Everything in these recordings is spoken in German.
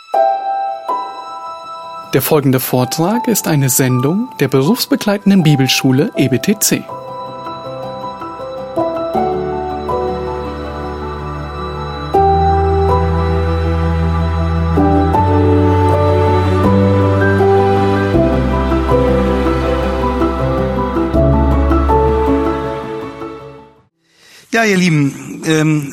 Der folgende Vortrag ist eine Sendung der berufsbegleitenden Bibelschule EBTC. Ja, ihr Lieben,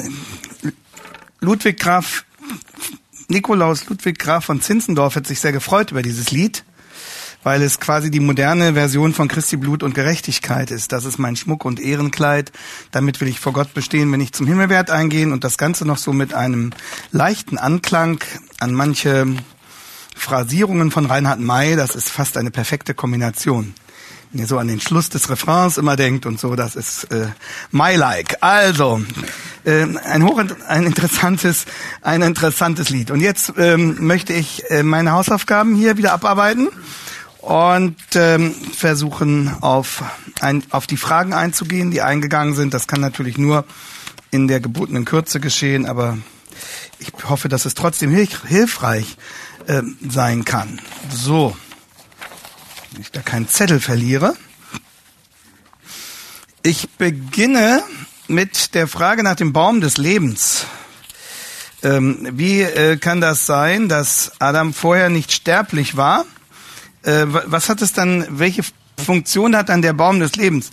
Nikolaus Ludwig Graf von Zinzendorf hat sich sehr gefreut über dieses Lied, weil es quasi die moderne Version von Christi Blut und Gerechtigkeit ist. Das ist mein Schmuck und Ehrenkleid. Damit will ich vor Gott bestehen, wenn ich zum Himmelwert eingehen, und das Ganze noch so mit einem leichten Anklang an manche Phrasierungen von Reinhard May. Das ist fast eine perfekte Kombination. Wenn ihr so an den Schluss des Refrains immer denkt und so, das ist May-like. Also, ein interessantes Lied. Und jetzt möchte ich meine Hausaufgaben hier wieder abarbeiten und versuchen auf die Fragen einzugehen, die eingegangen sind. Das kann natürlich nur in der gebotenen Kürze geschehen, aber ich hoffe, dass es trotzdem hilfreich sein kann. So. Wenn ich da keinen Zettel verliere. Ich beginne mit der Frage nach dem Baum des Lebens. Wie kann das sein, dass Adam vorher nicht sterblich war? Was hat es dann, welche Funktion hat dann der Baum des Lebens?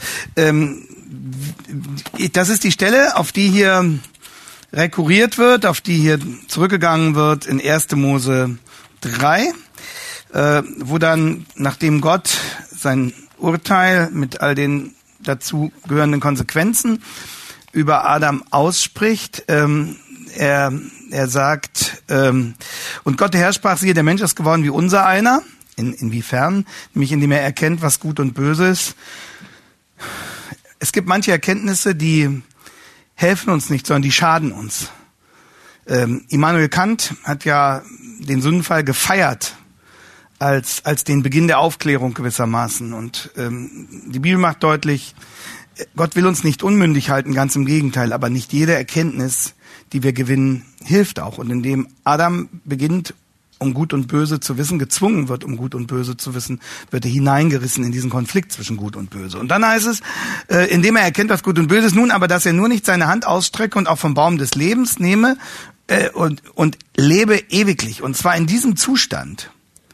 Das ist die Stelle, auf die hier rekurriert wird, auf die hier zurückgegangen wird in 1. Mose 3. Wo dann, nachdem Gott sein Urteil mit all den dazu gehörenden Konsequenzen über Adam ausspricht, er sagt, und Gott der Herr sprach, siehe, der Mensch ist geworden wie unser einer. Inwiefern? Nämlich indem er erkennt, was gut und böse ist. Es gibt manche Erkenntnisse, die helfen uns nicht, sondern die schaden uns. Immanuel Kant hat ja den Sündenfall gefeiert, als den Beginn der Aufklärung gewissermaßen. Und die Bibel macht deutlich, Gott will uns nicht unmündig halten, ganz im Gegenteil, aber nicht jede Erkenntnis, die wir gewinnen, hilft auch. Und indem Adam beginnt, um Gut und Böse zu wissen, gezwungen wird, um Gut und Böse zu wissen, wird er hineingerissen in diesen Konflikt zwischen Gut und Böse. Und dann heißt es, indem er erkennt, was Gut und Böse ist, nun aber, dass er nur nicht seine Hand ausstrecke und auch vom Baum des Lebens nehme und lebe ewiglich. Und zwar in diesem Zustand.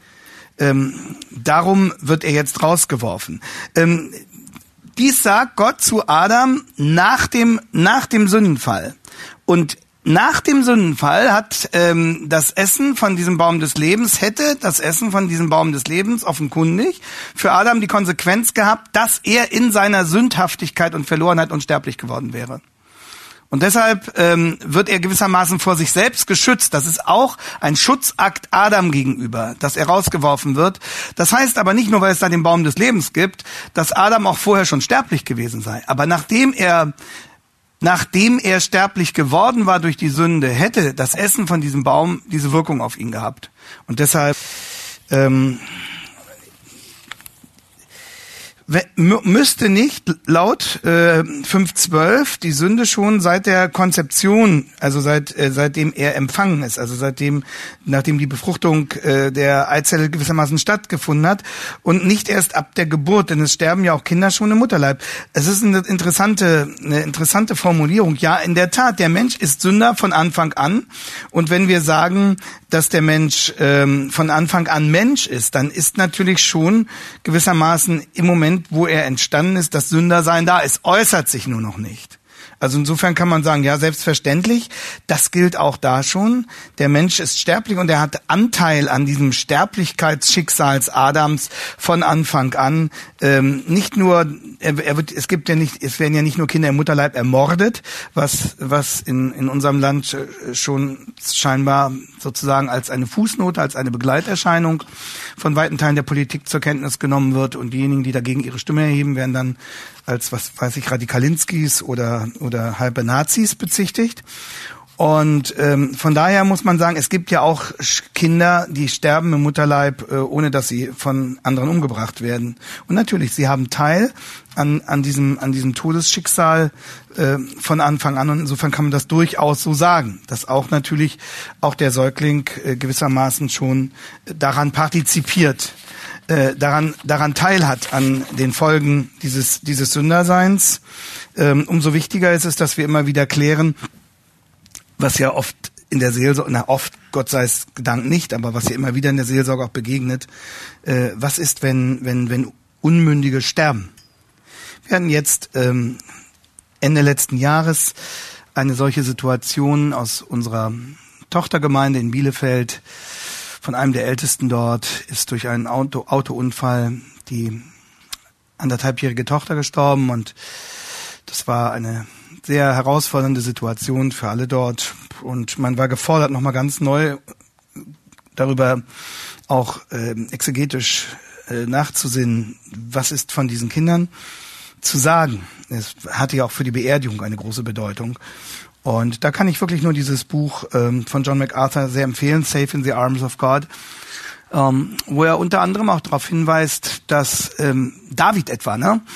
Darum wird er jetzt rausgeworfen. Dies sagt Gott zu Adam nach dem Sündenfall. Und nach dem Sündenfall hätte das Essen von diesem Baum des Lebens offenkundig für Adam die Konsequenz gehabt, dass er in seiner Sündhaftigkeit und Verlorenheit unsterblich geworden wäre. Und deshalb wird er gewissermaßen vor sich selbst geschützt. Das ist auch ein Schutzakt Adam gegenüber, dass er rausgeworfen wird. Das heißt aber nicht nur, weil es da den Baum des Lebens gibt, dass Adam auch vorher schon sterblich gewesen sei. Aber nachdem er sterblich geworden war durch die Sünde, hätte das Essen von diesem Baum diese Wirkung auf ihn gehabt. Und deshalb müsste nicht laut 5,12 die Sünde schon seit der Konzeption, also seitdem er empfangen ist, also nachdem die Befruchtung der Eizelle gewissermaßen stattgefunden hat und nicht erst ab der Geburt, denn es sterben ja auch Kinder schon im Mutterleib. Es ist eine interessante Formulierung. Ja, in der Tat, der Mensch ist Sünder von Anfang an, und wenn wir sagen, dass der Mensch von Anfang an Mensch ist, dann ist natürlich schon gewissermaßen im Moment, wo er entstanden ist, das Sündersein da. Es äußert sich nur noch nicht. Also insofern kann man sagen, ja, selbstverständlich, das gilt auch da schon. Der Mensch ist sterblich und er hat Anteil an diesem Sterblichkeitsschicksals Adams von Anfang an. Nicht nur, es werden ja nicht nur Kinder im Mutterleib ermordet, was in unserem Land schon scheinbar sozusagen als eine Fußnote, als eine Begleiterscheinung von weiten Teilen der Politik zur Kenntnis genommen wird, und diejenigen, die dagegen ihre Stimme erheben, werden dann als, Radikalinskis oder halbe Nazis bezichtigt. Und von daher muss man sagen, es gibt ja auch Kinder, die sterben im Mutterleib, ohne dass sie von anderen umgebracht werden. Und natürlich, sie haben Teil an diesem Todesschicksal von Anfang an. Und insofern kann man das durchaus so sagen, dass auch natürlich auch der Säugling gewissermaßen schon daran partizipiert, daran teilhat an den Folgen dieses Sünderseins. Umso wichtiger ist es, dass wir immer wieder klären, was ja oft in der Seelsorge, oft, Gott sei es Dank nicht, aber was ja immer wieder in der Seelsorge auch begegnet, was ist, wenn Unmündige sterben? Wir hatten jetzt Ende letzten Jahres eine solche Situation aus unserer Tochtergemeinde in Bielefeld. Von einem der Ältesten dort ist durch einen Autounfall die 1,5-jährige Tochter gestorben, und das war eine sehr herausfordernde Situation für alle dort, und man war gefordert, nochmal ganz neu darüber auch exegetisch nachzusinnen, was ist von diesen Kindern zu sagen. Es hatte ja auch für die Beerdigung eine große Bedeutung. Und da kann ich wirklich nur dieses Buch von John MacArthur sehr empfehlen, Safe in the Arms of God, wo er unter anderem auch darauf hinweist, dass David etwa,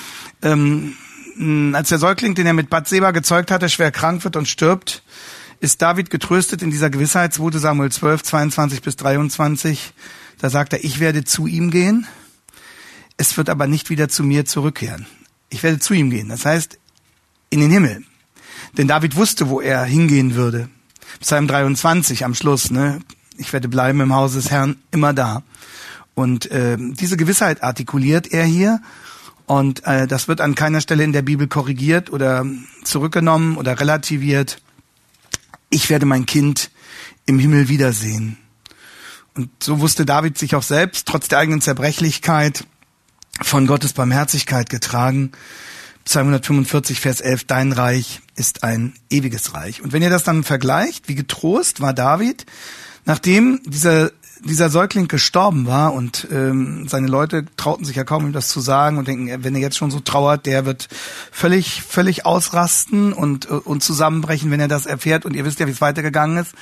als der Säugling, den er mit Bathseba gezeugt hatte, schwer krank wird und stirbt, ist David getröstet in dieser Gewissheit, 2. Samuel 12, 22 bis 23. Da sagt er, ich werde zu ihm gehen, es wird aber nicht wieder zu mir zurückkehren. Ich werde zu ihm gehen, das heißt in den Himmel. Denn David wusste, wo er hingehen würde. Psalm 23 am Schluss, ich werde bleiben im Haus des Herrn, immer da. Und diese Gewissheit artikuliert er hier. Und das wird an keiner Stelle in der Bibel korrigiert oder zurückgenommen oder relativiert. Ich werde mein Kind im Himmel wiedersehen. Und so wusste David sich auch selbst, trotz der eigenen Zerbrechlichkeit, von Gottes Barmherzigkeit getragen. Psalm 145, Vers 11, dein Reich ist ein ewiges Reich. Und wenn ihr das dann vergleicht, wie getrost war David, nachdem dieser Säugling gestorben war, und seine Leute trauten sich ja kaum, ihm das zu sagen, und denken, wenn er jetzt schon so trauert, der wird völlig ausrasten und zusammenbrechen, wenn er das erfährt. Und ihr wisst ja, wie es weitergegangen ist.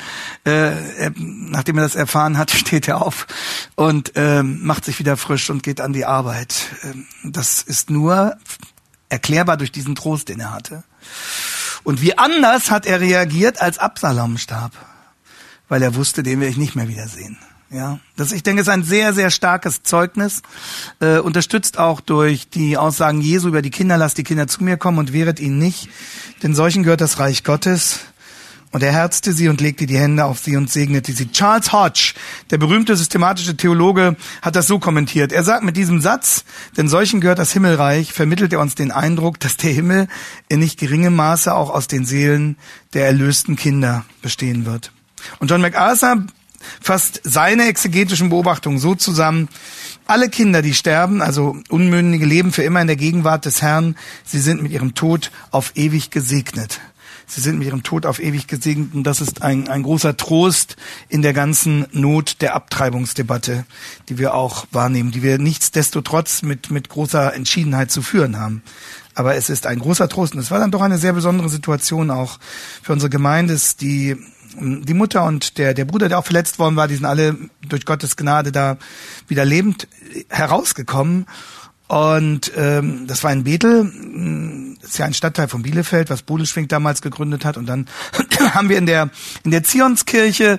Nachdem er das erfahren hat, steht er auf und macht sich wieder frisch und geht an die Arbeit. Das ist nur erklärbar durch diesen Trost, den er hatte. Und wie anders hat er reagiert, als Absalom starb, weil er wusste, den werde ich nicht mehr wiedersehen. Ja, ich denke, ist ein sehr, sehr starkes Zeugnis, unterstützt auch durch die Aussagen Jesu über die Kinder, lasst die Kinder zu mir kommen und wehret ihnen nicht, denn solchen gehört das Reich Gottes. Und er herzte sie und legte die Hände auf sie und segnete sie. Charles Hodge, der berühmte systematische Theologe, hat das so kommentiert. Er sagt mit diesem Satz, denn solchen gehört das Himmelreich, vermittelt er uns den Eindruck, dass der Himmel in nicht geringem Maße auch aus den Seelen der erlösten Kinder bestehen wird. Und John MacArthur fasst seine exegetischen Beobachtungen so zusammen: Alle Kinder, die sterben, also Unmündige, leben für immer in der Gegenwart des Herrn. Sie sind mit ihrem Tod auf ewig gesegnet. Sie sind mit ihrem Tod auf ewig gesegnet, und das ist ein großer Trost in der ganzen Not der Abtreibungsdebatte, die wir auch wahrnehmen, die wir nichtsdestotrotz mit großer Entschiedenheit zu führen haben. Aber es ist ein großer Trost, und es war dann doch eine sehr besondere Situation auch für unsere Gemeinde. Die Mutter und der Bruder, der auch verletzt worden war, die sind alle durch Gottes Gnade da wieder lebend herausgekommen. Und das war in Bethel, das ist ja ein Stadtteil von Bielefeld, was Bodelschwingh damals gegründet hat. Und dann haben wir in der Zionskirche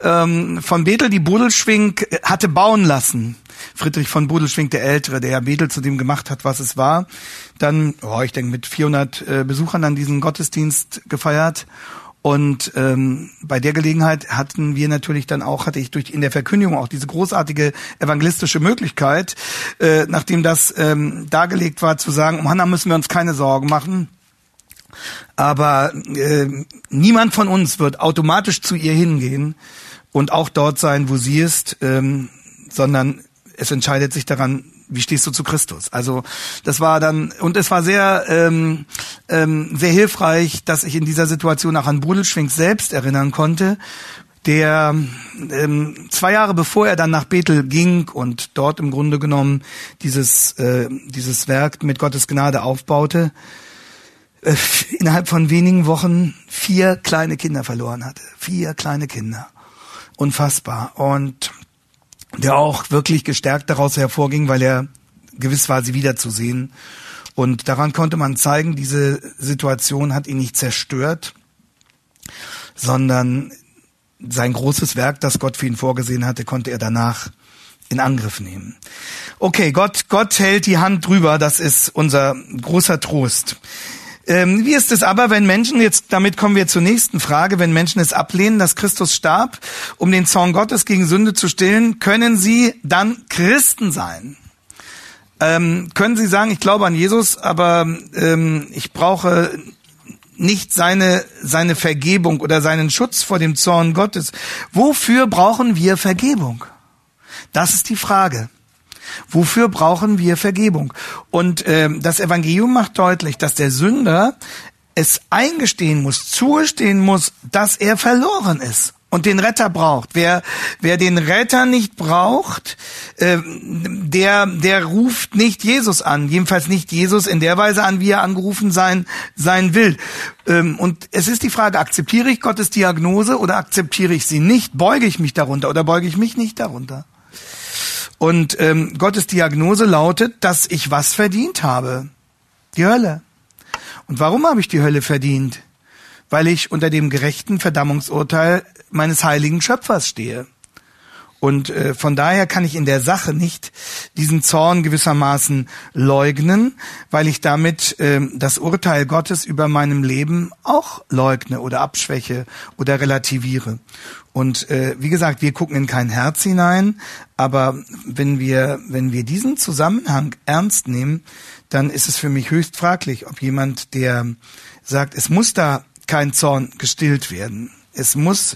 von Bethel, die Bodelschwingh hatte bauen lassen. Friedrich von Bodelschwingh der Ältere, der ja Bethel zu dem gemacht hat, was es war. Dann, ich denke, mit 400 Besuchern dann diesen Gottesdienst gefeiert. Und bei der Gelegenheit hatte ich in der Verkündigung auch diese großartige evangelistische Möglichkeit, nachdem das dargelegt war, zu sagen, um Hannah müssen wir uns keine Sorgen machen. Aber niemand von uns wird automatisch zu ihr hingehen und auch dort sein, wo sie ist, sondern es entscheidet sich daran, wie stehst du zu Christus? Also das war dann, und es war sehr sehr hilfreich, dass ich in dieser Situation auch an Bodelschwingh selbst erinnern konnte, der 2 Jahre bevor er dann nach Bethel ging und dort im Grunde genommen dieses Werk mit Gottes Gnade aufbaute, innerhalb von wenigen Wochen 4 kleine Kinder verloren hatte. 4 kleine Kinder. Unfassbar. Und der auch wirklich gestärkt daraus hervorging, weil er gewiss war, sie wiederzusehen. Und daran konnte man zeigen, diese Situation hat ihn nicht zerstört, sondern sein großes Werk, das Gott für ihn vorgesehen hatte, konnte er danach in Angriff nehmen. Okay, Gott hält die Hand drüber, das ist unser großer Trost. Wie ist es aber, wenn Menschen, jetzt damit kommen wir zur nächsten Frage, wenn Menschen es ablehnen, dass Christus starb, um den Zorn Gottes gegen Sünde zu stillen, können sie dann Christen sein? Können sie sagen, ich glaube an Jesus, aber ich brauche nicht seine Vergebung oder seinen Schutz vor dem Zorn Gottes? Wofür brauchen wir Vergebung? Das ist die Frage. Wofür brauchen wir Vergebung? Und das Evangelium macht deutlich, dass der Sünder es eingestehen muss, zugestehen muss, dass er verloren ist und den Retter braucht. Wer den Retter nicht braucht, der ruft nicht Jesus an. Jedenfalls nicht Jesus in der Weise an, wie er angerufen sein will. Und es ist die Frage, akzeptiere ich Gottes Diagnose oder akzeptiere ich sie nicht? Beuge ich mich darunter oder beuge ich mich nicht darunter? Und Gottes Diagnose lautet, dass ich was verdient habe? Die Hölle. Und warum habe ich die Hölle verdient? Weil ich unter dem gerechten Verdammungsurteil meines heiligen Schöpfers stehe. Und von daher kann ich in der Sache nicht diesen Zorn gewissermaßen leugnen, weil ich damit das Urteil Gottes über meinem Leben auch leugne oder abschwäche oder relativiere. Und wie gesagt, wir gucken in kein Herz hinein, aber wenn wir diesen Zusammenhang ernst nehmen, dann ist es für mich höchst fraglich, ob jemand, der sagt, es muss da kein Zorn gestillt werden. Es muss,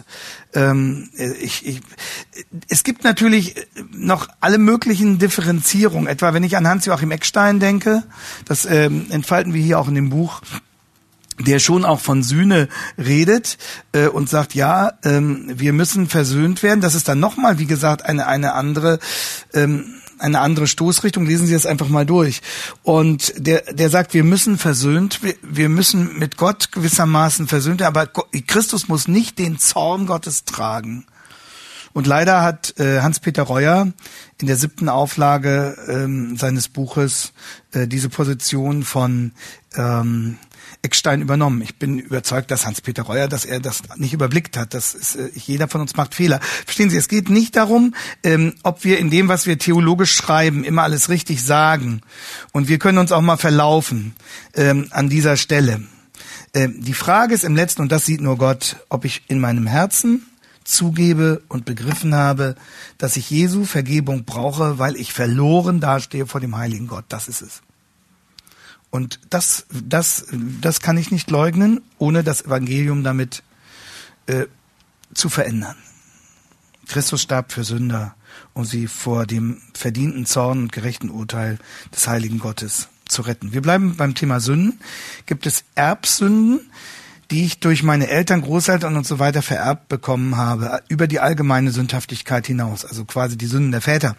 es gibt natürlich noch alle möglichen Differenzierungen. Etwa wenn ich an Hans-Joachim Eckstein denke, das entfalten wir hier auch in dem Buch, der schon auch von Sühne redet und sagt, ja, wir müssen versöhnt werden. Das ist dann nochmal, wie gesagt, eine andere Stoßrichtung. Lesen Sie das einfach mal durch. Und der sagt, wir müssen wir müssen mit Gott gewissermaßen versöhnt werden, aber Christus muss nicht den Zorn Gottes tragen. Und leider hat Hans-Peter Reuer in der 7. Auflage seines Buches diese Position von Eckstein übernommen. Ich bin überzeugt, dass Hans-Peter Reuer, dass er das nicht überblickt hat. Das ist, jeder von uns macht Fehler. Verstehen Sie, es geht nicht darum, ob wir in dem, was wir theologisch schreiben, immer alles richtig sagen. Und wir können uns auch mal verlaufen an dieser Stelle. Die Frage ist im Letzten, und das sieht nur Gott, ob ich in meinem Herzen zugebe und begriffen habe, dass ich Jesu Vergebung brauche, weil ich verloren dastehe vor dem heiligen Gott. Das ist es. Und das kann ich nicht leugnen, ohne das Evangelium damit zu verändern. Christus starb für Sünder, um sie vor dem verdienten Zorn und gerechten Urteil des heiligen Gottes zu retten. Wir bleiben beim Thema Sünden. Gibt es Erbsünden, die ich durch meine Eltern, Großeltern und so weiter vererbt bekommen habe, über die allgemeine Sündhaftigkeit hinaus, also quasi die Sünden der Väter?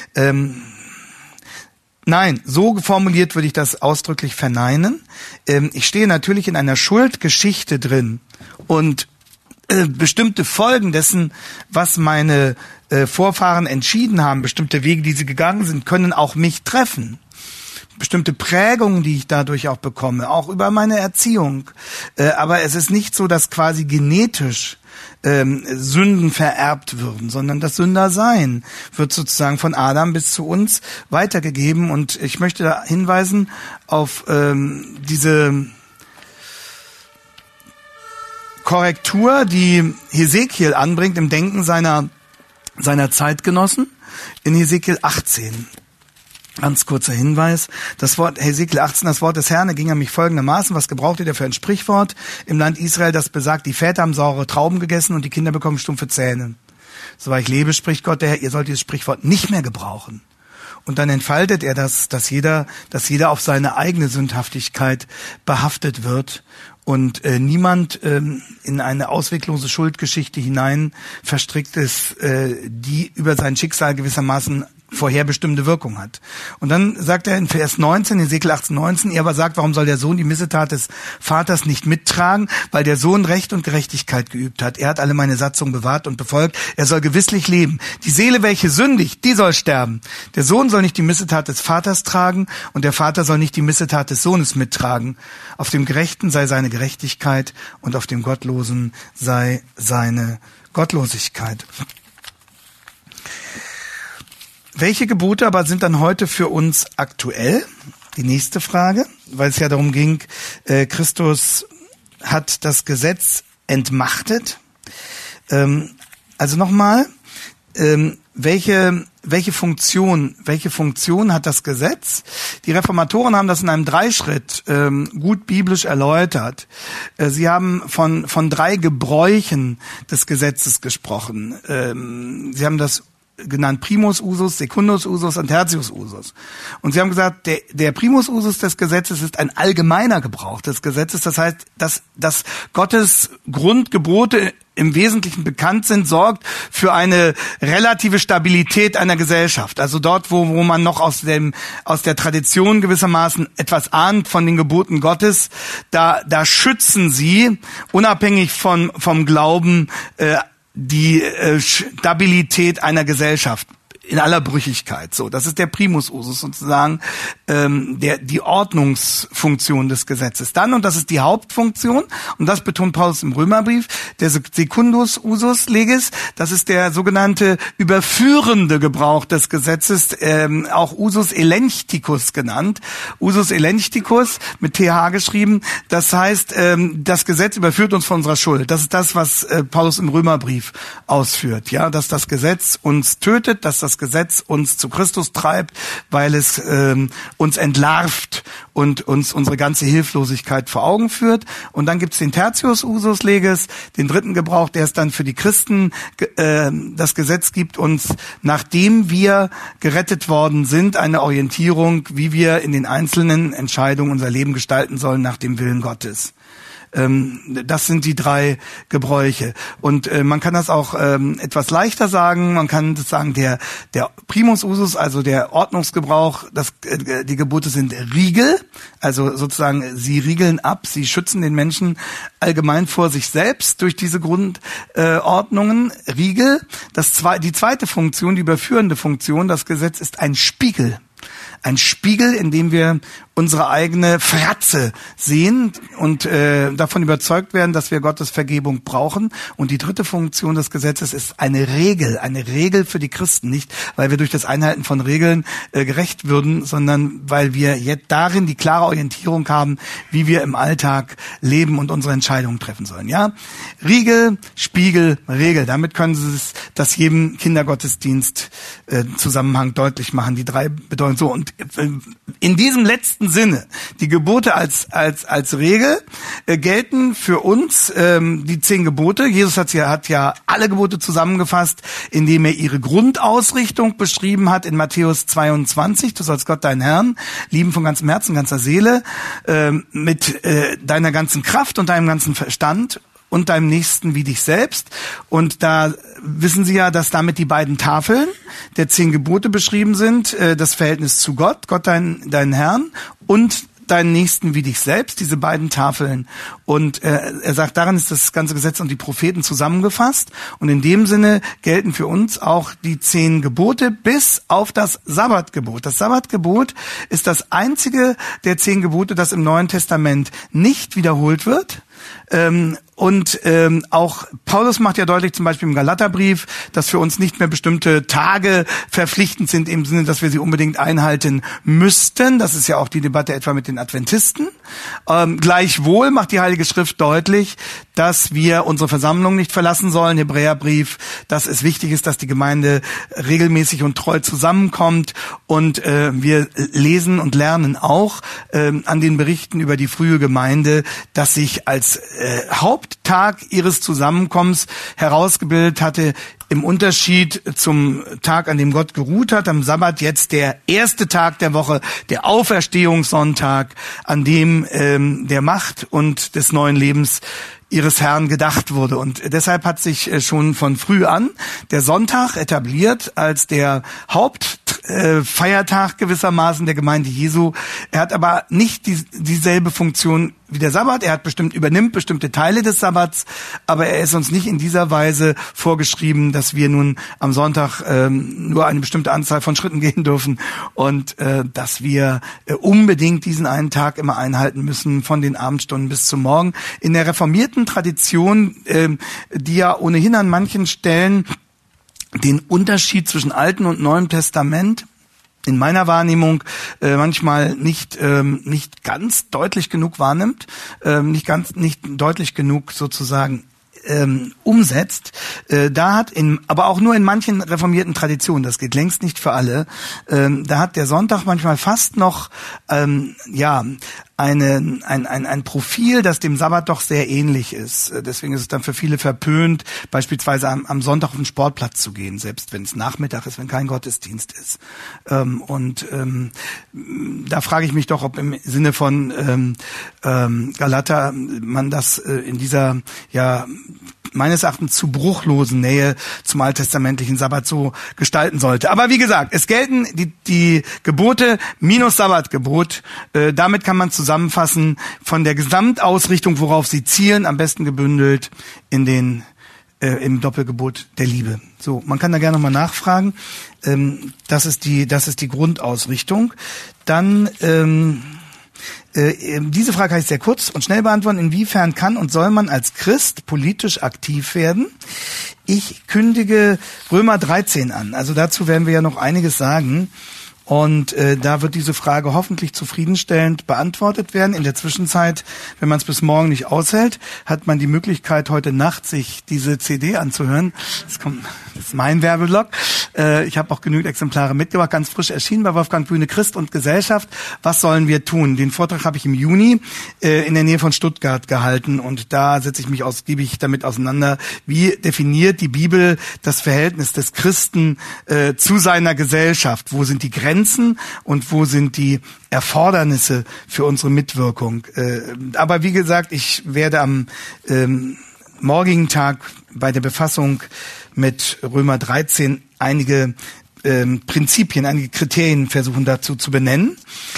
Nein, so formuliert würde ich das ausdrücklich verneinen. Ich stehe natürlich in einer Schuldgeschichte drin und bestimmte Folgen dessen, was meine Vorfahren entschieden haben, bestimmte Wege, die sie gegangen sind, können auch mich treffen. Bestimmte Prägungen, die ich dadurch auch bekomme, auch über meine Erziehung. Aber es ist nicht so, dass quasi genetisch Sünden vererbt würden, sondern das Sündersein wird sozusagen von Adam bis zu uns weitergegeben. Und ich möchte da hinweisen auf diese Korrektur, die Hesekiel anbringt im Denken seiner Zeitgenossen in Hesekiel 18. Ganz kurzer Hinweis. Das Wort Hesekiel 18, das Wort des Herrn, erging an mich folgendermaßen. Was gebraucht ihr für ein Sprichwort im Land Israel, das besagt, die Väter haben saure Trauben gegessen und die Kinder bekommen stumpfe Zähne. So wahr ich lebe, spricht Gott der Herr, ihr sollt dieses Sprichwort nicht mehr gebrauchen. Und dann entfaltet er das, dass jeder auf seine eigene Sündhaftigkeit behaftet wird und niemand in eine ausweglose Schuldgeschichte hinein verstrickt ist, die über sein Schicksal gewissermaßen vorherbestimmte Wirkung hat. Und dann sagt er in Vers 19, in Hesekiel 18,19, er aber sagt, warum soll der Sohn die Missetat des Vaters nicht mittragen? Weil der Sohn Recht und Gerechtigkeit geübt hat. Er hat alle meine Satzungen bewahrt und befolgt. Er soll gewisslich leben. Die Seele, welche sündigt, die soll sterben. Der Sohn soll nicht die Missetat des Vaters tragen und der Vater soll nicht die Missetat des Sohnes mittragen. Auf dem Gerechten sei seine Gerechtigkeit und auf dem Gottlosen sei seine Gottlosigkeit. Welche Gebote aber sind dann heute für uns aktuell? Die nächste Frage, weil es ja darum ging, Christus hat das Gesetz entmachtet. Also nochmal, welche Funktion hat das Gesetz? Die Reformatoren haben das in einem Dreischritt gut biblisch erläutert. Sie haben von 3 Gebräuchen des Gesetzes gesprochen. Sie haben das genannt Primus Usus, Secundus Usus und Tertius Usus. Und sie haben gesagt, der Primus Usus des Gesetzes ist ein allgemeiner Gebrauch des Gesetzes. Das heißt, dass Gottes Grundgebote im Wesentlichen bekannt sind, sorgt für eine relative Stabilität einer Gesellschaft. Also dort, wo man noch aus der Tradition gewissermaßen etwas ahnt von den Geboten Gottes, da schützen sie, unabhängig vom Glauben, die Stabilität einer Gesellschaft in aller Brüchigkeit. So, das ist der Primus Usus sozusagen, die Ordnungsfunktion des Gesetzes. Dann, und das ist die Hauptfunktion, und das betont Paulus im Römerbrief, der Secundus Usus Legis, das ist der sogenannte überführende Gebrauch des Gesetzes, auch Usus Elenchticus genannt. Usus Elenchticus mit TH geschrieben. Das heißt, das Gesetz überführt uns von unserer Schuld. Das ist das, was Paulus im Römerbrief ausführt. Ja, dass das Gesetz uns tötet, dass das Gesetz uns zu Christus treibt, weil es uns entlarvt und uns unsere ganze Hilflosigkeit vor Augen führt. Und dann gibt's den Tertius Usus Legis, den dritten Gebrauch, der es dann für die Christen, das Gesetz gibt uns, nachdem wir gerettet worden sind, eine Orientierung, wie wir in den einzelnen Entscheidungen unser Leben gestalten sollen nach dem Willen Gottes. Das sind die 3 Gebräuche. Und man kann das auch etwas leichter sagen. Man kann das sagen, der Primus Usus, also der Ordnungsgebrauch, die Gebote sind Riegel. Also sozusagen, sie riegeln ab, sie schützen den Menschen allgemein vor sich selbst durch diese Grundordnungen. Riegel. Die zweite Funktion, die überführende Funktion, das Gesetz ist ein Spiegel. Ein Spiegel, in dem wir unsere eigene Fratze sehen und davon überzeugt werden, dass wir Gottes Vergebung brauchen. Und die dritte Funktion des Gesetzes ist eine Regel für die Christen. Nicht, weil wir durch das Einhalten von Regeln gerecht würden, sondern weil wir jetzt darin die klare Orientierung haben, wie wir im Alltag leben und unsere Entscheidungen treffen sollen. Ja, Riegel, Spiegel, Regel. Damit können Sie das jedem Kindergottesdienst Zusammenhang deutlich machen. Die 3 bedeuten so. Und in diesem letzten Sinne, die Gebote als Regel gelten für uns, die 10 Gebote. Jesus hat ja alle Gebote zusammengefasst, indem er ihre Grundausrichtung beschrieben hat in Matthäus 22. Du sollst Gott, deinen Herrn, lieben von ganzem Herzen, ganzer Seele, mit deiner ganzen Kraft und deinem ganzen Verstand und deinem Nächsten wie dich selbst. Und da wissen Sie ja, dass damit die beiden Tafeln der 10 Gebote beschrieben sind, das Verhältnis zu Gott, deinen Herrn und deinen Nächsten wie dich selbst, diese beiden Tafeln. Und er sagt, daran ist das ganze Gesetz und die Propheten zusammengefasst. Und in dem Sinne gelten für uns auch die 10 Gebote bis auf das Sabbatgebot. Das Sabbatgebot ist das einzige der 10 Gebote, das im Neuen Testament nicht wiederholt wird. Und auch Paulus macht ja deutlich, zum Beispiel im Galaterbrief, dass für uns nicht mehr bestimmte Tage verpflichtend sind, im Sinne, dass wir sie unbedingt einhalten müssten. Das ist ja auch die Debatte etwa mit den Adventisten. Gleichwohl macht die Heilige Schrift deutlich, dass wir unsere Versammlung nicht verlassen sollen. Hebräerbrief, dass es wichtig ist, dass die Gemeinde regelmäßig und treu zusammenkommt. Und wir lesen und lernen auch an den Berichten über die frühe Gemeinde, dass sich als Haupttag ihres Zusammenkommens herausgebildet hatte, im Unterschied zum Tag, an dem Gott geruht hat, am Sabbat jetzt der erste Tag der Woche, der Auferstehungssonntag, an dem der Macht und des neuen Lebens ihres Herrn gedacht wurde. Und deshalb hat sich schon von früh an der Sonntag etabliert als der Haupttag Feiertag gewissermaßen der Gemeinde Jesu. Er hat aber nicht dieselbe Funktion wie der Sabbat. Er übernimmt bestimmte Teile des Sabbats, aber er ist uns nicht in dieser Weise vorgeschrieben, dass wir nun am Sonntag nur eine bestimmte Anzahl von Schritten gehen dürfen und dass wir unbedingt diesen einen Tag immer einhalten müssen, von den Abendstunden bis zum Morgen. In der reformierten Tradition, die ja ohnehin an manchen Stellen den Unterschied zwischen Alten und Neuem Testament in meiner Wahrnehmung manchmal nicht ganz deutlich genug wahrnimmt, nicht deutlich genug sozusagen umsetzt. Da hat aber auch nur in manchen reformierten Traditionen, das geht längst nicht für alle, da hat der Sonntag manchmal fast noch ein Profil, das dem Sabbat doch sehr ähnlich ist. Deswegen ist es dann für viele verpönt, beispielsweise am Sonntag auf den Sportplatz zu gehen, selbst wenn es Nachmittag ist, wenn kein Gottesdienst ist. Da frage ich mich doch, ob im Sinne von Galater man das in dieser meines Erachtens zu bruchlosen Nähe zum alttestamentlichen Sabbat so gestalten sollte. Aber wie gesagt, es gelten die Gebote minus Sabbatgebot. Damit kann man zusammenfassen von der Gesamtausrichtung, worauf sie zielen, am besten gebündelt im Doppelgebot der Liebe. So, man kann da gerne nochmal nachfragen. Das ist die Grundausrichtung. Dann diese Frage kann ich sehr kurz und schnell beantworten. Inwiefern kann und soll man als Christ politisch aktiv werden? Ich kündige Römer 13 an. Also dazu werden wir ja noch einiges sagen. Und da wird diese Frage hoffentlich zufriedenstellend beantwortet werden. In der Zwischenzeit, wenn man es bis morgen nicht aushält, hat man die Möglichkeit, heute Nacht sich diese CD anzuhören. Das ist mein Werbeblock. Ich habe auch genügend Exemplare mitgebracht, ganz frisch erschienen bei Wolfgang Bühne, Christ und Gesellschaft. Was sollen wir tun? Den Vortrag habe ich im Juni in der Nähe von Stuttgart gehalten und da setze ich mich ausgiebig damit auseinander, wie definiert die Bibel das Verhältnis des Christen zu seiner Gesellschaft? Wo sind die Grenzen und wo sind die Erfordernisse für unsere Mitwirkung? Aber wie gesagt, ich werde am morgigen Tag bei der Befassung mit Römer 13 einige Prinzipien, einige Kriterien versuchen dazu zu benennen.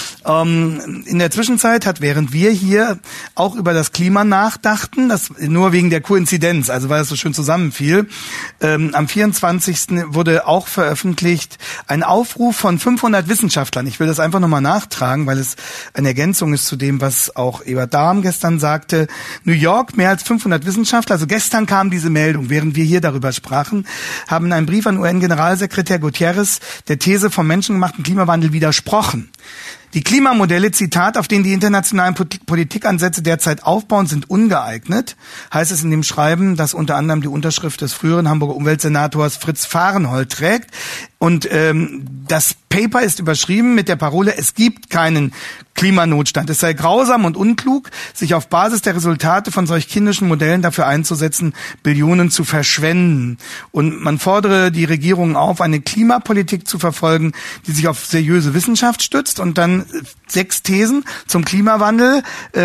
In der Zwischenzeit während wir hier auch über das Klima nachdachten, das nur wegen der Koinzidenz, also weil es so schön zusammenfiel, am 24. wurde auch veröffentlicht ein Aufruf von 500 Wissenschaftlern. Ich will das einfach nochmal nachtragen, weil es eine Ergänzung ist zu dem, was auch Ebert Dahm gestern sagte. New York, mehr als 500 Wissenschaftler, also gestern kam diese Meldung, während wir hier darüber sprachen, haben in einem Brief an UN-Generalsekretär Guterres der These vom menschengemachten Klimawandel widersprochen. Die Klimamodelle, Zitat, auf denen die internationalen Politikansätze derzeit aufbauen, sind ungeeignet, heißt es in dem Schreiben, das unter anderem die Unterschrift des früheren Hamburger Umweltsenators Fritz Fahrenhold trägt. Und das Paper ist überschrieben mit der Parole, es gibt keinen Klimanotstand. Es sei grausam und unklug, sich auf Basis der Resultate von solch kindischen Modellen dafür einzusetzen, Billionen zu verschwenden. Und man fordere die Regierungen auf, eine Klimapolitik zu verfolgen, die sich auf seriöse Wissenschaft stützt. Und dann 6 Thesen zum Klimawandel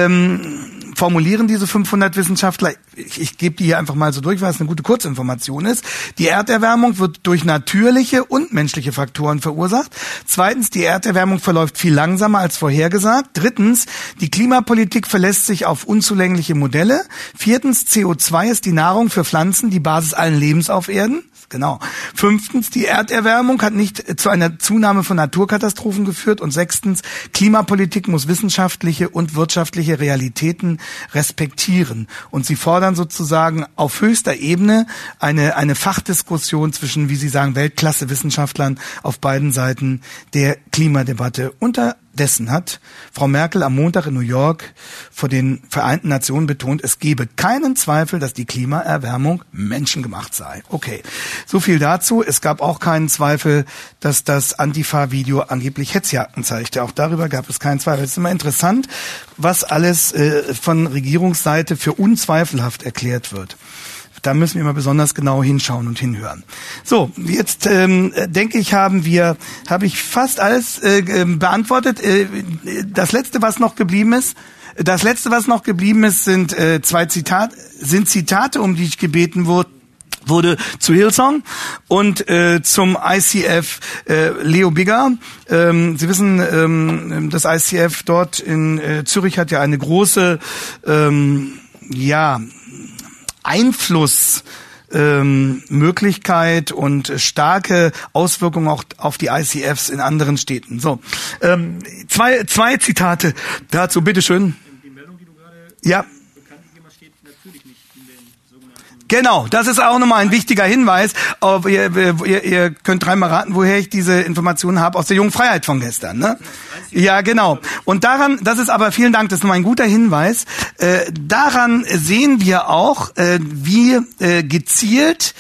formulieren diese 500 Wissenschaftler. Ich gebe die hier einfach mal so durch, weil es eine gute Kurzinformation ist. Die Erderwärmung wird durch natürliche und menschliche Faktoren verursacht. Zweitens, die Erderwärmung verläuft viel langsamer als vorhergesagt. Drittens, die Klimapolitik verlässt sich auf unzulängliche Modelle. Viertens, CO2 ist die Nahrung für Pflanzen, die Basis allen Lebens auf Erden. Genau. 5. Die Erderwärmung hat nicht zu einer Zunahme von Naturkatastrophen geführt. Und 6. Klimapolitik muss wissenschaftliche und wirtschaftliche Realitäten respektieren. Und sie fordern sozusagen auf höchster Ebene eine Fachdiskussion zwischen, wie Sie sagen, Weltklasse-Wissenschaftlern auf beiden Seiten der Klimadebatte. Unterdessen hat Frau Merkel am Montag in New York vor den Vereinten Nationen betont, es gebe keinen Zweifel, dass die Klimaerwärmung menschengemacht sei. Okay, so viel dazu. Es gab auch keinen Zweifel, dass das Antifa-Video angeblich Hetzjagden zeigte. Auch darüber gab es keinen Zweifel. Es ist immer interessant, was alles von Regierungsseite für unzweifelhaft erklärt wird. Da müssen wir immer besonders genau hinschauen und hinhören. So, jetzt denke ich, habe ich fast alles beantwortet. Das letzte, was noch geblieben ist, sind Zitate, um die ich gebeten wurde. wurde zu Hillsong und zum ICF Leo Bigger. Sie wissen, das ICF dort in Zürich hat ja eine große Einflussmöglichkeit und starke Auswirkungen auch auf die ICFs in anderen Städten. So, zwei Zitate dazu, bitteschön. Die Meldung, die du gerade bekannt gegeben hast, steht natürlich nicht in den sogenannten... Genau, das ist auch nochmal ein wichtiger Hinweis. Ihr könnt dreimal raten, woher ich diese Informationen habe, aus der Jungen Freiheit von gestern. Ne? Ja, genau. Und daran, das ist aber, vielen Dank, das ist nochmal ein guter Hinweis, daran sehen wir auch, wie gezielt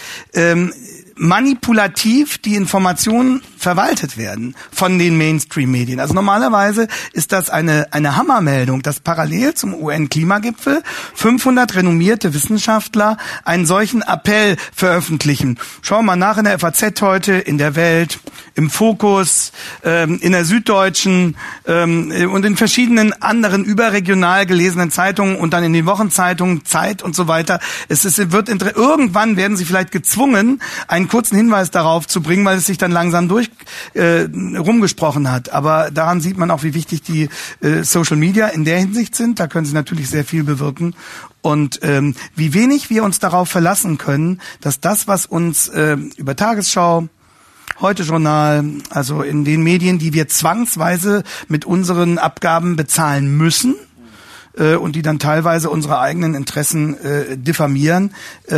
manipulativ die Informationen verwaltet werden von den Mainstream-Medien. Also normalerweise ist das eine Hammermeldung, dass parallel zum UN-Klimagipfel 500 renommierte Wissenschaftler einen solchen Appell veröffentlichen. Schauen wir mal nach in der FAZ heute, in der Welt, im Fokus, in der Süddeutschen und in verschiedenen anderen überregional gelesenen Zeitungen und dann in den Wochenzeitungen, Zeit und so weiter. Irgendwann werden sie vielleicht gezwungen, einen kurzen Hinweis darauf zu bringen, weil es sich dann langsam rumgesprochen hat. Aber daran sieht man auch, wie wichtig die Social Media in der Hinsicht sind. Da können sie natürlich sehr viel bewirken. Und wie wenig wir uns darauf verlassen können, dass das, was uns über Tagesschau, Heute-Journal, also in den Medien, die wir zwangsweise mit unseren Abgaben bezahlen müssen, und die dann teilweise unsere eigenen Interessen diffamieren,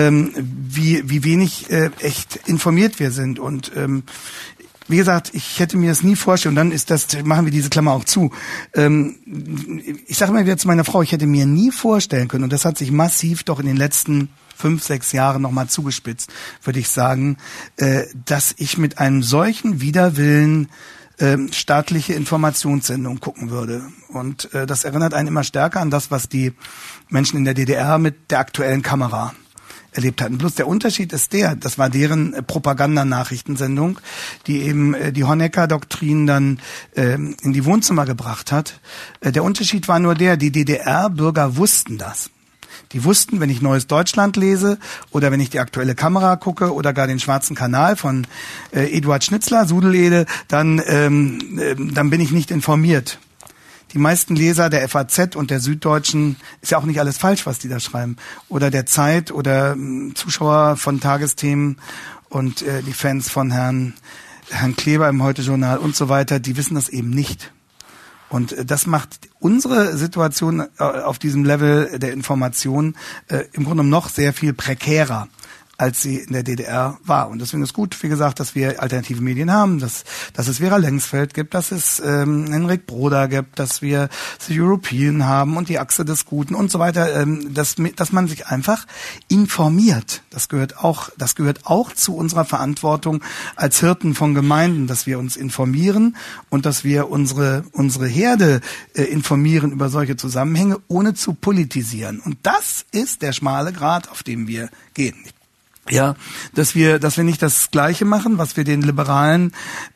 wie wenig echt informiert wir sind. Und wie gesagt, ich hätte mir das nie vorstellen, und dann machen wir diese Klammer auch zu. Ich sage mal wieder zu meiner Frau, ich hätte mir nie vorstellen können, und das hat sich massiv doch in den letzten 5-6 Jahren nochmal zugespitzt, würde ich sagen, dass ich mit einem solchen Widerwillen staatliche Informationssendung gucken würde. Und das erinnert einen immer stärker an das, was die Menschen in der DDR mit der aktuellen Kamera erlebt hatten. Bloß der Unterschied ist das war deren Propagandanachrichtensendung, die eben die Honecker-Doktrin dann in die Wohnzimmer gebracht hat. Der Unterschied war nur die DDR-Bürger wussten das. Die wussten, wenn ich Neues Deutschland lese oder wenn ich die aktuelle Kamera gucke oder gar den Schwarzen Kanal von Eduard Schnitzler, Sudelede, dann bin ich nicht informiert. Die meisten Leser der FAZ und der Süddeutschen, ist ja auch nicht alles falsch, was die da schreiben, oder der Zeit oder Zuschauer von Tagesthemen und die Fans von Herrn Kleber im Heute-Journal und so weiter, die wissen das eben nicht. Und das macht unsere Situation auf diesem Level der Information im Grunde genommen noch sehr viel prekärer, als sie in der DDR war. Und deswegen ist gut, wie gesagt, dass wir alternative Medien haben, dass es Vera Lengsfeld gibt, dass es Henrik Broder gibt, dass wir The European haben und die Achse des Guten und so weiter, dass man sich einfach informiert. Das gehört auch zu unserer Verantwortung als Hirten von Gemeinden, dass wir uns informieren und dass wir unsere Herde informieren über solche Zusammenhänge, ohne zu politisieren. Und das ist der schmale Grat, auf dem wir gehen. Ja, dass wir nicht das Gleiche machen, was wir den liberalen,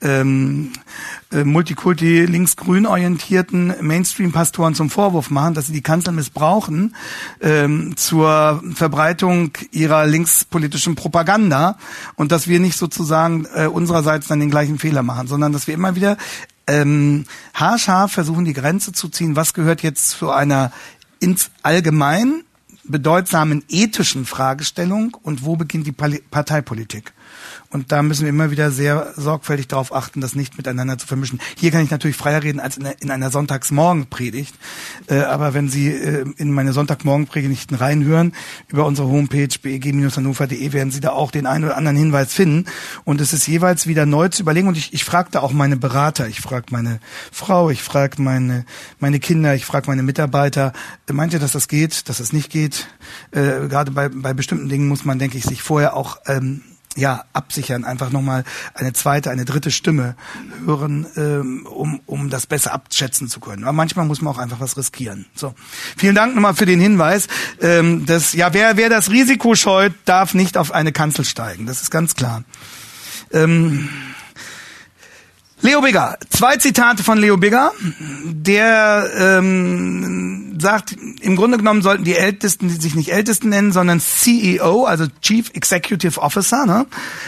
Multikulti, linksgrün orientierten Mainstream-Pastoren zum Vorwurf machen, dass sie die Kanzel missbrauchen zur Verbreitung ihrer linkspolitischen Propaganda und dass wir nicht sozusagen unsererseits dann den gleichen Fehler machen, sondern dass wir immer wieder haarscharf versuchen, die Grenze zu ziehen, was gehört jetzt zu einer ins Allgemein bedeutsamen ethischen Fragestellung und wo beginnt die Parteipolitik. Und da müssen wir immer wieder sehr sorgfältig darauf achten, das nicht miteinander zu vermischen. Hier kann ich natürlich freier reden als in einer Sonntagsmorgenpredigt. Aber wenn Sie in meine Sonntagmorgenpredigten reinhören, über unsere Homepage beg-hannover.de, werden Sie da auch den einen oder anderen Hinweis finden. Und es ist jeweils wieder neu zu überlegen. Und ich frage da auch meine Berater, ich frage meine Frau, ich frage meine Kinder, ich frage meine Mitarbeiter. Meint ihr, dass das geht, dass es nicht geht? Gerade bei bestimmten Dingen muss man, denke ich, sich vorher auch absichern, einfach nochmal eine zweite, eine dritte Stimme hören, um das besser abschätzen zu können. Aber manchmal muss man auch einfach was riskieren. So, vielen Dank nochmal für den Hinweis. Wer das Risiko scheut, darf nicht auf eine Kanzel steigen. Das ist ganz klar. Leo Leo Bigger, 2 Zitate von Leo Bigger, der sagt, im Grunde genommen sollten die Ältesten sich nicht Ältesten nennen, sondern CEO, also Chief Executive Officer, ne?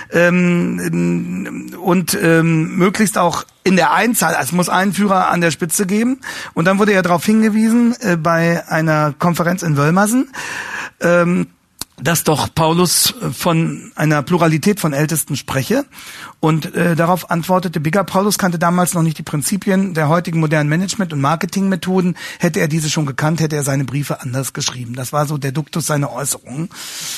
Möglichst auch in der Einzahl, es muss einen Führer an der Spitze geben. Und dann wurde er darauf hingewiesen, bei einer Konferenz in Wölmersen, dass doch Paulus von einer Pluralität von Ältesten spreche. Und darauf antwortete Bigger, Paulus kannte damals noch nicht die Prinzipien der heutigen modernen Management- und Marketingmethoden. Hätte er diese schon gekannt, hätte er seine Briefe anders geschrieben. Das war so der Duktus seiner Äußerungen.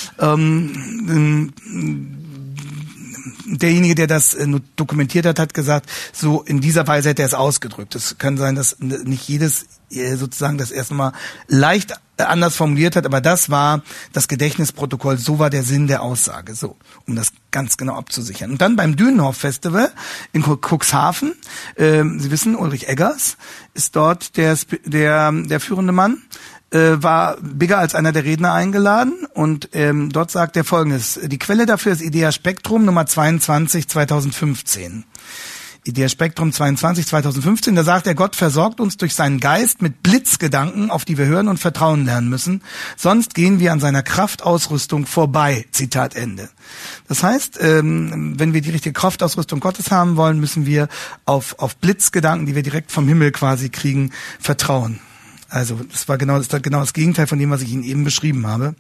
Derjenige, der das dokumentiert hat, hat gesagt, so in dieser Weise hätte er es ausgedrückt. Es kann sein, dass nicht jedes sozusagen das erste Mal leicht anders formuliert hat, aber das war das Gedächtnisprotokoll, so war der Sinn der Aussage, so, um das ganz genau abzusichern. Und dann beim Dünenhof Festival in Cuxhaven, Sie wissen, Ulrich Eggers ist dort der führende Mann, war Bigger als einer der Redner eingeladen und dort sagt er Folgendes: Die Quelle dafür ist Idea Spektrum Nummer 22 2015. Idea Spektrum 22 2015, da sagt er, Gott versorgt uns durch seinen Geist mit Blitzgedanken, auf die wir hören und vertrauen lernen müssen, sonst gehen wir an seiner Kraftausrüstung vorbei. Zitat Ende. Das heißt, wenn wir die richtige Kraftausrüstung Gottes haben wollen, müssen wir auf Blitzgedanken, die wir direkt vom Himmel quasi kriegen, vertrauen. Also das war genau das Gegenteil von dem, was ich Ihnen eben beschrieben habe.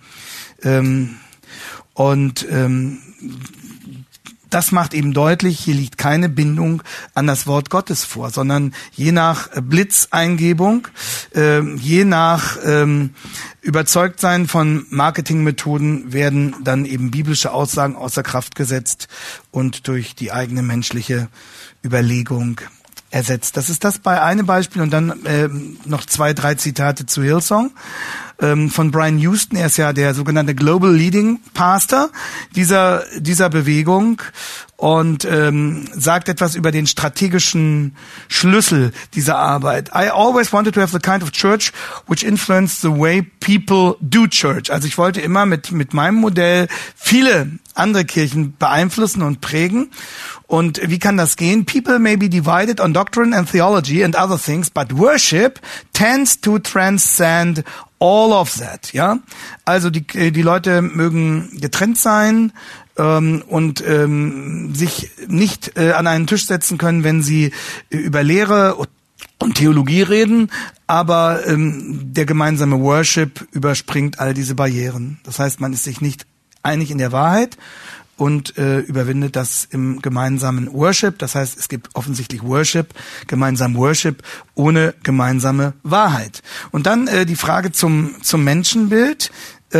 Das macht eben deutlich, hier liegt keine Bindung an das Wort Gottes vor, sondern je nach Blitzeingebung, je nach Überzeugtsein von Marketingmethoden werden dann eben biblische Aussagen außer Kraft gesetzt und durch die eigene menschliche Überlegung ersetzt. Das ist das bei einem Beispiel und dann noch 2, 3 Zitate zu Hillsong von Brian Houston. Er ist ja der sogenannte Global Leading Pastor dieser Bewegung und sagt etwas über den strategischen Schlüssel dieser Arbeit. I always wanted to have the kind of church which influenced the way people do church. Also ich wollte immer mit meinem Modell viele andere Kirchen beeinflussen und prägen. Und wie kann das gehen? People may be divided on doctrine and theology and other things, but worship tends to transcend all of that, ja? Also die Leute mögen getrennt sein und sich nicht an einen Tisch setzen können, wenn sie über Lehre und Theologie reden, aber der gemeinsame Worship überspringt all diese Barrieren. Das heißt, man ist sich nicht einig in der Wahrheit und überwindet das im gemeinsamen Worship. Das heißt, es gibt offensichtlich gemeinsam Worship ohne gemeinsame Wahrheit. Und dann die Frage zum Menschenbild.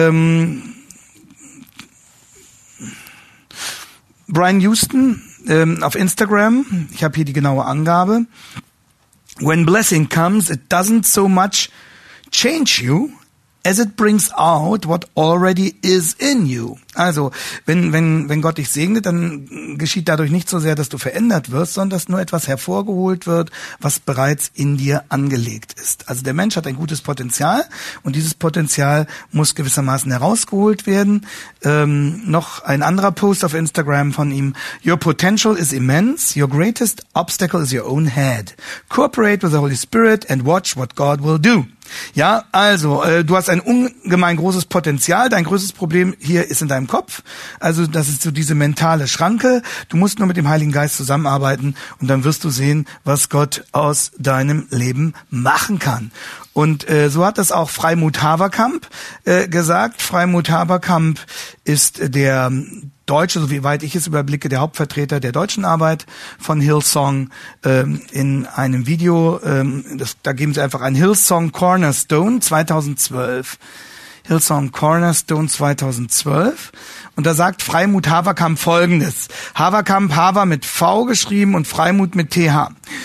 Brian Houston auf Instagram, ich habe hier die genaue Angabe. When blessing comes, it doesn't so much change you as it brings out what already is in you. Also, wenn Gott dich segnet, dann geschieht dadurch nicht so sehr, dass du verändert wirst, sondern dass nur etwas hervorgeholt wird, was bereits in dir angelegt ist. Also der Mensch hat ein gutes Potenzial und dieses Potenzial muss gewissermaßen herausgeholt werden. Noch ein anderer Post auf Instagram von ihm. Your potential is immense. Your greatest obstacle is your own head. Cooperate with the Holy Spirit and watch what God will do. Ja, also, du hast ein ungemein großes Potenzial. Dein größtes Problem hier ist in deinem Kopf. Also, das ist so diese mentale Schranke. Du musst nur mit dem Heiligen Geist zusammenarbeiten und dann wirst du sehen, was Gott aus deinem Leben machen kann. Und so hat das auch Freimut Haverkamp gesagt. Freimut Haverkamp ist der Deutsche, soweit ich es überblicke, der Hauptvertreter der deutschen Arbeit von Hillsong in einem Video. Da geben sie einfach ein Hillsong Cornerstone 2012. Hillsong Cornerstone 2012. Und da sagt Freimut Haverkamp Folgendes. Haverkamp, Haver mit V geschrieben und Freimut mit TH.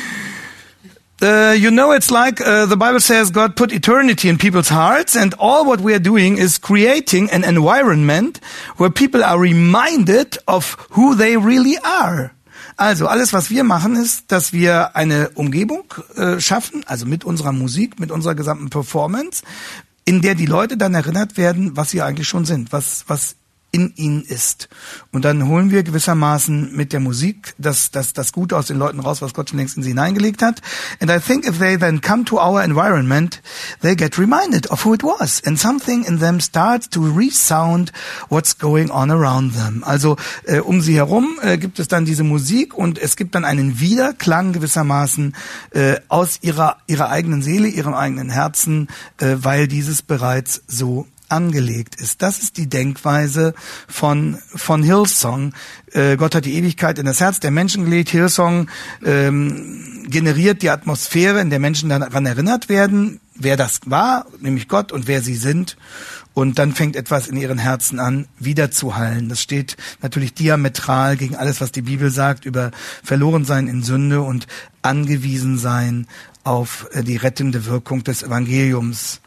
You know, it's like the Bible says God put eternity in people's hearts, and all what we are doing is creating an environment where people are reminded of who they really are. Also alles, was wir machen, ist, dass wir eine Umgebung schaffen, also mit unserer Musik, mit unserer gesamten Performance, in der die Leute dann erinnert werden, was sie eigentlich schon sind, was in ihnen ist. Und dann holen wir gewissermaßen mit der Musik das Gute aus den Leuten raus, was Gott schon längst in sie hineingelegt hat. And I think if they then come to our environment, they get reminded of who it was. And something in them starts to resound what's going on around them. Also um sie herum gibt es dann diese Musik und es gibt dann einen Widerklang gewissermaßen aus ihrer eigenen Seele, ihrem eigenen Herzen, weil dieses bereits so angelegt ist. Das ist die Denkweise von Hillsong. Gott hat die Ewigkeit in das Herz der Menschen gelegt. Hillsong generiert die Atmosphäre, in der Menschen daran erinnert werden, wer das war, nämlich Gott, und wer sie sind. Und dann fängt etwas in ihren Herzen an, wiederzuhallen. Das steht natürlich diametral gegen alles, was die Bibel sagt über Verlorensein in Sünde und angewiesen sein auf die rettende Wirkung des Evangeliums.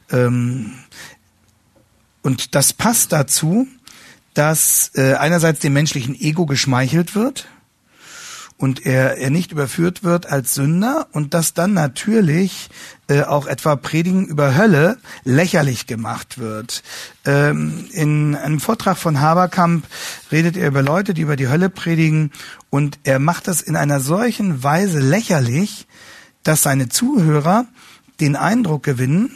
Und das passt dazu, dass einerseits dem menschlichen Ego geschmeichelt wird und er nicht überführt wird als Sünder und dass dann natürlich auch etwa Predigen über Hölle lächerlich gemacht wird. In einem Vortrag von Haberkamp redet er über Leute, die über die Hölle predigen und er macht das in einer solchen Weise lächerlich, dass seine Zuhörer den Eindruck gewinnen,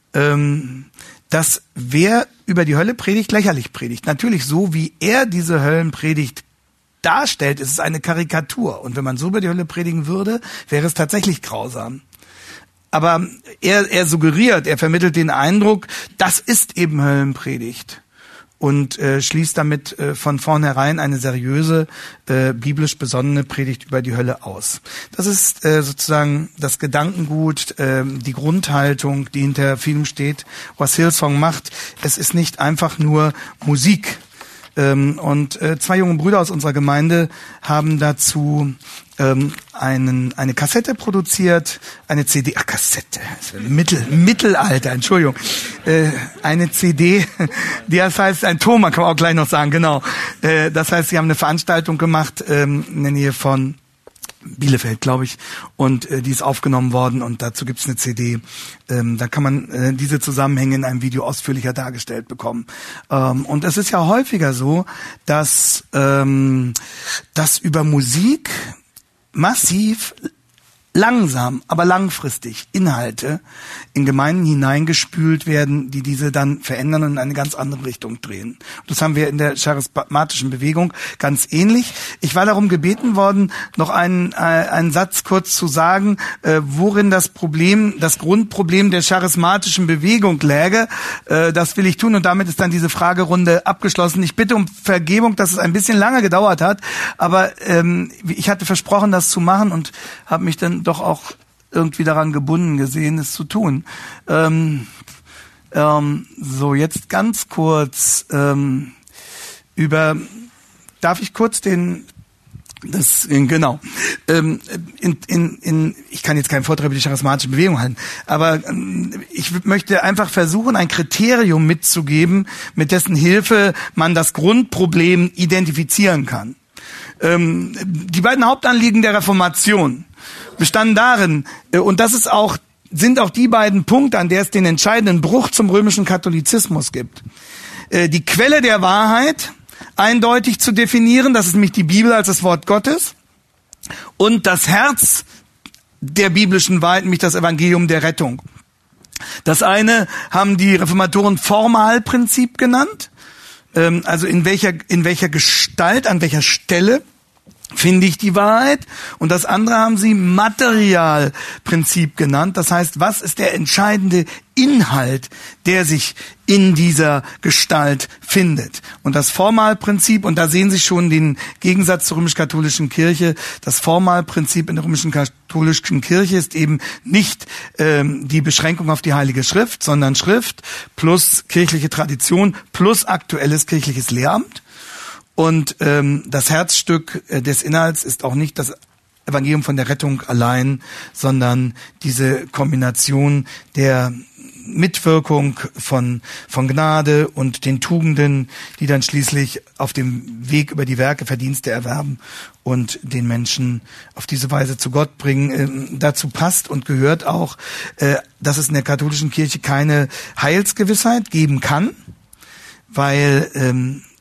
dass wer über die Hölle predigt, lächerlich predigt. Natürlich so, wie er diese Höllenpredigt darstellt, ist es eine Karikatur. Und wenn man so über die Hölle predigen würde, wäre es tatsächlich grausam. Aber er suggeriert, er vermittelt den Eindruck, das ist eben Höllenpredigt. Und schließt damit von vornherein eine seriöse, biblisch besonnene Predigt über die Hölle aus. Das ist sozusagen das Gedankengut, die Grundhaltung, die hinter vielem steht, was Hillsong macht. Es ist nicht einfach nur Musik. Und zwei junge Brüder aus unserer Gemeinde haben dazu eine Kassette produziert, eine CD, Kassette, Mittelalter, Entschuldigung, eine CD, das heißt ein Thomann, kann man auch gleich noch sagen, genau. Das heißt, sie haben eine Veranstaltung gemacht in der Nähe von Bielefeld, glaube ich, und die ist aufgenommen worden und dazu gibt's eine CD. Da kann man diese Zusammenhänge in einem Video ausführlicher dargestellt bekommen. Und es ist ja häufiger so, dass über Musik massiv, langsam, aber langfristig Inhalte in Gemeinden hineingespült werden, die diese dann verändern und in eine ganz andere Richtung drehen. Das haben wir in der charismatischen Bewegung ganz ähnlich. Ich war darum gebeten worden, noch einen Satz kurz zu sagen, worin das Grundproblem der charismatischen Bewegung läge. Das will ich tun und damit ist dann diese Fragerunde abgeschlossen. Ich bitte um Vergebung, dass es ein bisschen lange gedauert hat, aber ich hatte versprochen, das zu machen und habe mich dann doch auch irgendwie daran gebunden gesehen, es zu tun. So, jetzt ganz kurz darf ich kurz ich kann jetzt keinen Vortrag über die charismatische Bewegung halten, aber ich möchte einfach versuchen, ein Kriterium mitzugeben, mit dessen Hilfe man das Grundproblem identifizieren kann. Die beiden Hauptanliegen der Reformation bestanden darin, und das sind auch die beiden Punkte, an der es den entscheidenden Bruch zum römischen Katholizismus gibt. Die Quelle der Wahrheit eindeutig zu definieren, das ist nämlich die Bibel als das Wort Gottes, und das Herz der biblischen Wahrheit, nämlich das Evangelium der Rettung. Das eine haben die Reformatoren Formalprinzip genannt, also in welcher Gestalt, an welcher Stelle finde ich die Wahrheit, und das andere haben sie Materialprinzip genannt. Das heißt, was ist der entscheidende Inhalt, der sich in dieser Gestalt findet? Und das Formalprinzip, und da sehen Sie schon den Gegensatz zur römisch-katholischen Kirche, das Formalprinzip in der römischen katholischen Kirche ist eben nicht die Beschränkung auf die Heilige Schrift, sondern Schrift plus kirchliche Tradition plus aktuelles kirchliches Lehramt. Und das Herzstück des Inhalts ist auch nicht das Evangelium von der Rettung allein, sondern diese Kombination der Mitwirkung von Gnade und den Tugenden, die dann schließlich auf dem Weg über die Werke Verdienste erwerben und den Menschen auf diese Weise zu Gott bringen. Dazu passt und gehört auch, dass es in der katholischen Kirche keine Heilsgewissheit geben kann, weil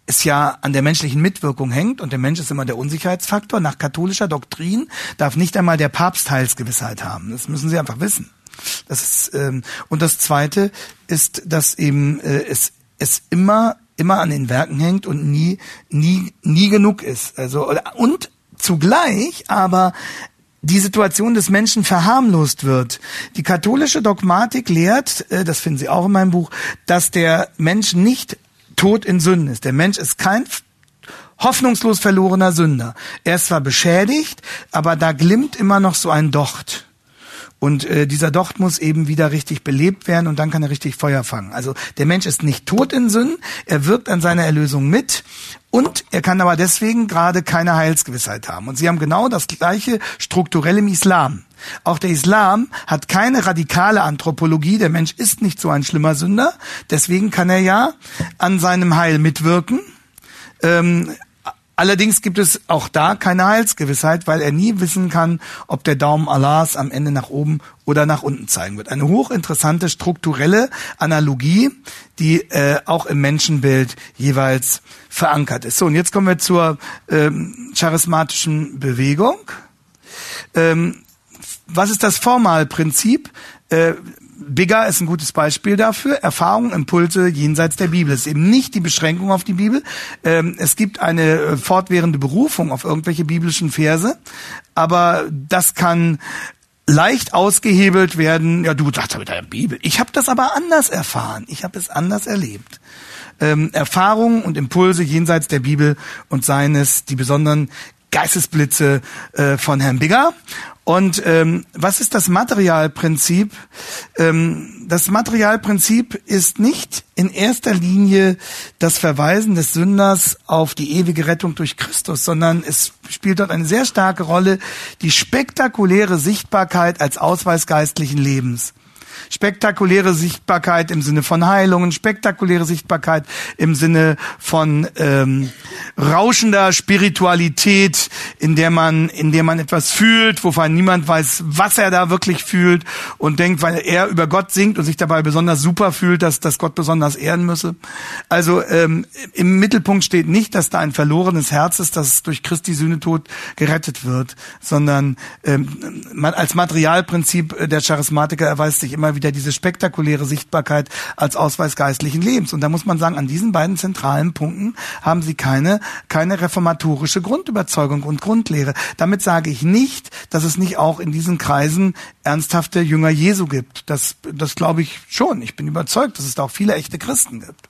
es ja an der menschlichen Mitwirkung hängt und der Mensch ist immer der Unsicherheitsfaktor. Nach katholischer Doktrin darf nicht einmal der Papst Heilsgewissheit haben. Das müssen Sie einfach wissen. Das ist, und das Zweite ist, dass eben es immer an den Werken hängt und nie genug ist. Also und zugleich aber die Situation des Menschen verharmlost wird. Die katholische Dogmatik lehrt, das finden Sie auch in meinem Buch, dass der Mensch nicht tot in Sünden ist. Der Mensch ist kein hoffnungslos verlorener Sünder. Er ist zwar beschädigt, aber da glimmt immer noch so ein Docht. Und dieser Docht muss eben wieder richtig belebt werden und dann kann er richtig Feuer fangen. Also der Mensch ist nicht tot in Sünden, er wirkt an seiner Erlösung mit und er kann aber deswegen gerade keine Heilsgewissheit haben. Und Sie haben genau das Gleiche strukturell im Islam. Auch der Islam hat keine radikale Anthropologie, der Mensch ist nicht so ein schlimmer Sünder, deswegen kann er ja an seinem Heil mitwirken. Allerdings gibt es auch da keine Heilsgewissheit, weil er nie wissen kann, ob der Daumen Allahs am Ende nach oben oder nach unten zeigen wird. Eine hochinteressante strukturelle Analogie, die auch im Menschenbild jeweils verankert ist. So, und jetzt kommen wir zur charismatischen Bewegung. Was ist das Formalprinzip? Bigger ist ein gutes Beispiel dafür. Erfahrung, Impulse jenseits der Bibel. Es ist eben nicht die Beschränkung auf die Bibel. Es gibt eine fortwährende Berufung auf irgendwelche biblischen Verse, aber das kann leicht ausgehebelt werden. Ja, du sagst ja mit deiner Bibel. Ich habe das aber anders erfahren. Ich habe es anders erlebt. Erfahrungen und Impulse jenseits der Bibel und seien es die besonderen Geistesblitze von Herrn Bigger. Und was ist das Materialprinzip? Das Materialprinzip ist nicht in erster Linie das Verweisen des Sünders auf die ewige Rettung durch Christus, sondern es spielt dort eine sehr starke Rolle die spektakuläre Sichtbarkeit als Ausweis geistlichen Lebens. Spektakuläre Sichtbarkeit im Sinne von Heilungen, spektakuläre Sichtbarkeit im Sinne von rauschender Spiritualität, in der man etwas fühlt, wovon niemand weiß, was er da wirklich fühlt und denkt, weil er über Gott singt und sich dabei besonders super fühlt, dass Gott besonders ehren müsse. Also im Mittelpunkt steht nicht, dass da ein verlorenes Herz ist, das durch Christi Sühnetod gerettet wird, sondern als Materialprinzip der Charismatiker erweist sich immer wieder diese spektakuläre Sichtbarkeit als Ausweis geistlichen Lebens. Und da muss man sagen, an diesen beiden zentralen Punkten haben sie keine reformatorische Grundüberzeugung und Grundlehre. Damit sage ich nicht, dass es nicht auch in diesen Kreisen ernsthafte Jünger Jesu gibt. Das glaube ich schon. Ich bin überzeugt, dass es da auch viele echte Christen gibt.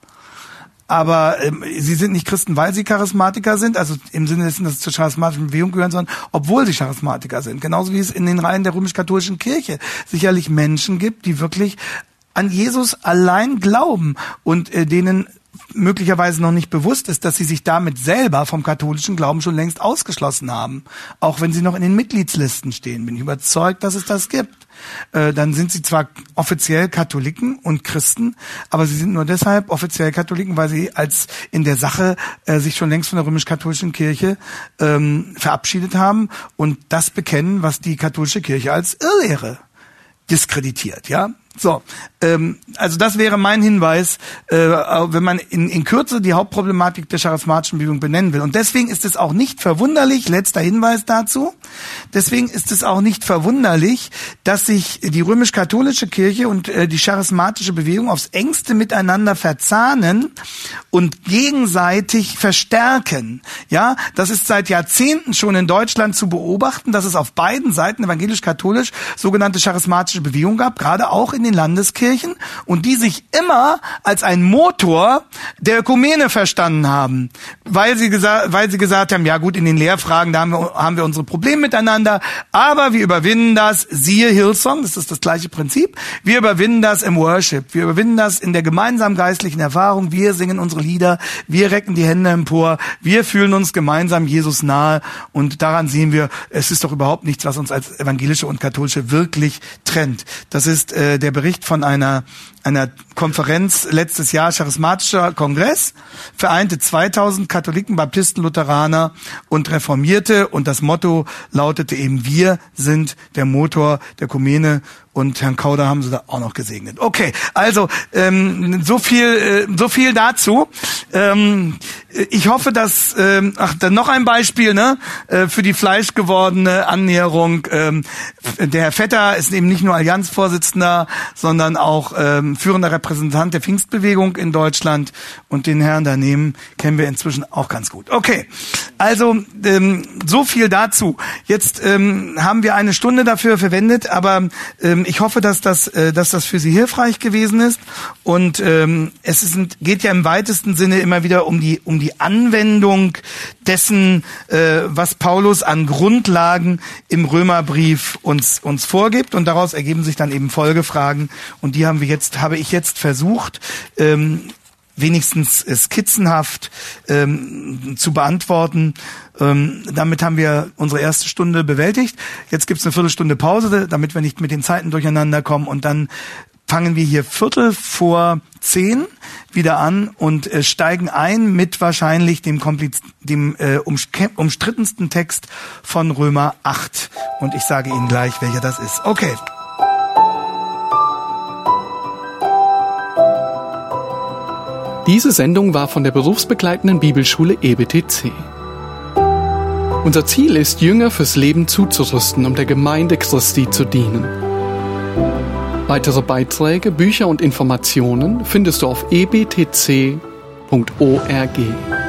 Aber sie sind nicht Christen, weil sie Charismatiker sind, also im Sinne dessen, dass sie zur charismatischen Bewegung gehören, sondern obwohl sie Charismatiker sind. Genauso wie es in den Reihen der römisch-katholischen Kirche sicherlich Menschen gibt, die wirklich an Jesus allein glauben und denen möglicherweise noch nicht bewusst ist, dass sie sich damit selber vom katholischen Glauben schon längst ausgeschlossen haben. Auch wenn sie noch in den Mitgliedslisten stehen, bin ich überzeugt, dass es das gibt. Dann sind sie zwar offiziell Katholiken und Christen, aber sie sind nur deshalb offiziell Katholiken, weil sie als in der Sache sich schon längst von der römisch-katholischen Kirche verabschiedet haben und das bekennen, was die katholische Kirche als Irrlehre diskreditiert, ja. So, also das wäre mein Hinweis, wenn man in Kürze die Hauptproblematik der charismatischen Bewegung benennen will. Und deswegen ist es auch nicht verwunderlich, letzter Hinweis dazu, deswegen ist es auch nicht verwunderlich, dass sich die römisch-katholische Kirche und die charismatische Bewegung aufs engste miteinander verzahnen und gegenseitig verstärken. Ja, das ist seit Jahrzehnten schon in Deutschland zu beobachten, dass es auf beiden Seiten evangelisch-katholisch sogenannte charismatische Bewegung gab, gerade auch in den Landeskirchen, und die sich immer als ein Motor der Ökumene verstanden haben, weil sie gesagt haben, ja gut, in den Lehrfragen, da haben wir unsere Probleme miteinander, aber wir überwinden das, siehe Hillsong, das ist das gleiche Prinzip, wir überwinden das im Worship, wir überwinden das in der gemeinsamen geistlichen Erfahrung, wir singen unsere Lieder, wir recken die Hände empor, wir fühlen uns gemeinsam Jesus nahe, und daran sehen wir, es ist doch überhaupt nichts, was uns als evangelische und katholische wirklich trennt. Das ist der Bericht von einer Konferenz letztes Jahr, charismatischer Kongress, vereinte 2000 Katholiken, Baptisten, Lutheraner und Reformierte, und das Motto lautete eben, wir sind der Motor der Ökumene und Herrn Kauder haben sie da auch noch gesegnet. Okay, also so viel dazu. Ich hoffe, dass dann noch ein Beispiel, ne, für die fleischgewordene Annäherung. Der Herr Vetter ist eben nicht nur Allianzvorsitzender, sondern auch führender Repräsentant der Pfingstbewegung in Deutschland, und den Herrn daneben kennen wir inzwischen auch ganz gut. Okay, also so viel dazu. Jetzt haben wir eine Stunde dafür verwendet, aber ich hoffe, dass das für Sie hilfreich gewesen ist, und geht ja im weitesten Sinne immer wieder um die Anwendung dessen, was Paulus an Grundlagen im Römerbrief uns vorgibt, und daraus ergeben sich dann eben Folgefragen, und die habe ich jetzt versucht, wenigstens skizzenhaft zu beantworten. Damit haben wir unsere erste Stunde bewältigt. Jetzt gibt's eine Viertelstunde Pause, damit wir nicht mit den Zeiten durcheinander kommen, und dann fangen wir hier 9:45 wieder an und steigen ein mit wahrscheinlich dem umstrittensten Text von Römer 8. Und ich sage Ihnen gleich, welcher das ist. Okay. Diese Sendung war von der berufsbegleitenden Bibelschule EBTC. Unser Ziel ist, Jünger fürs Leben zuzurüsten, um der Gemeinde Christi zu dienen. Weitere Beiträge, Bücher und Informationen findest du auf ebtc.org.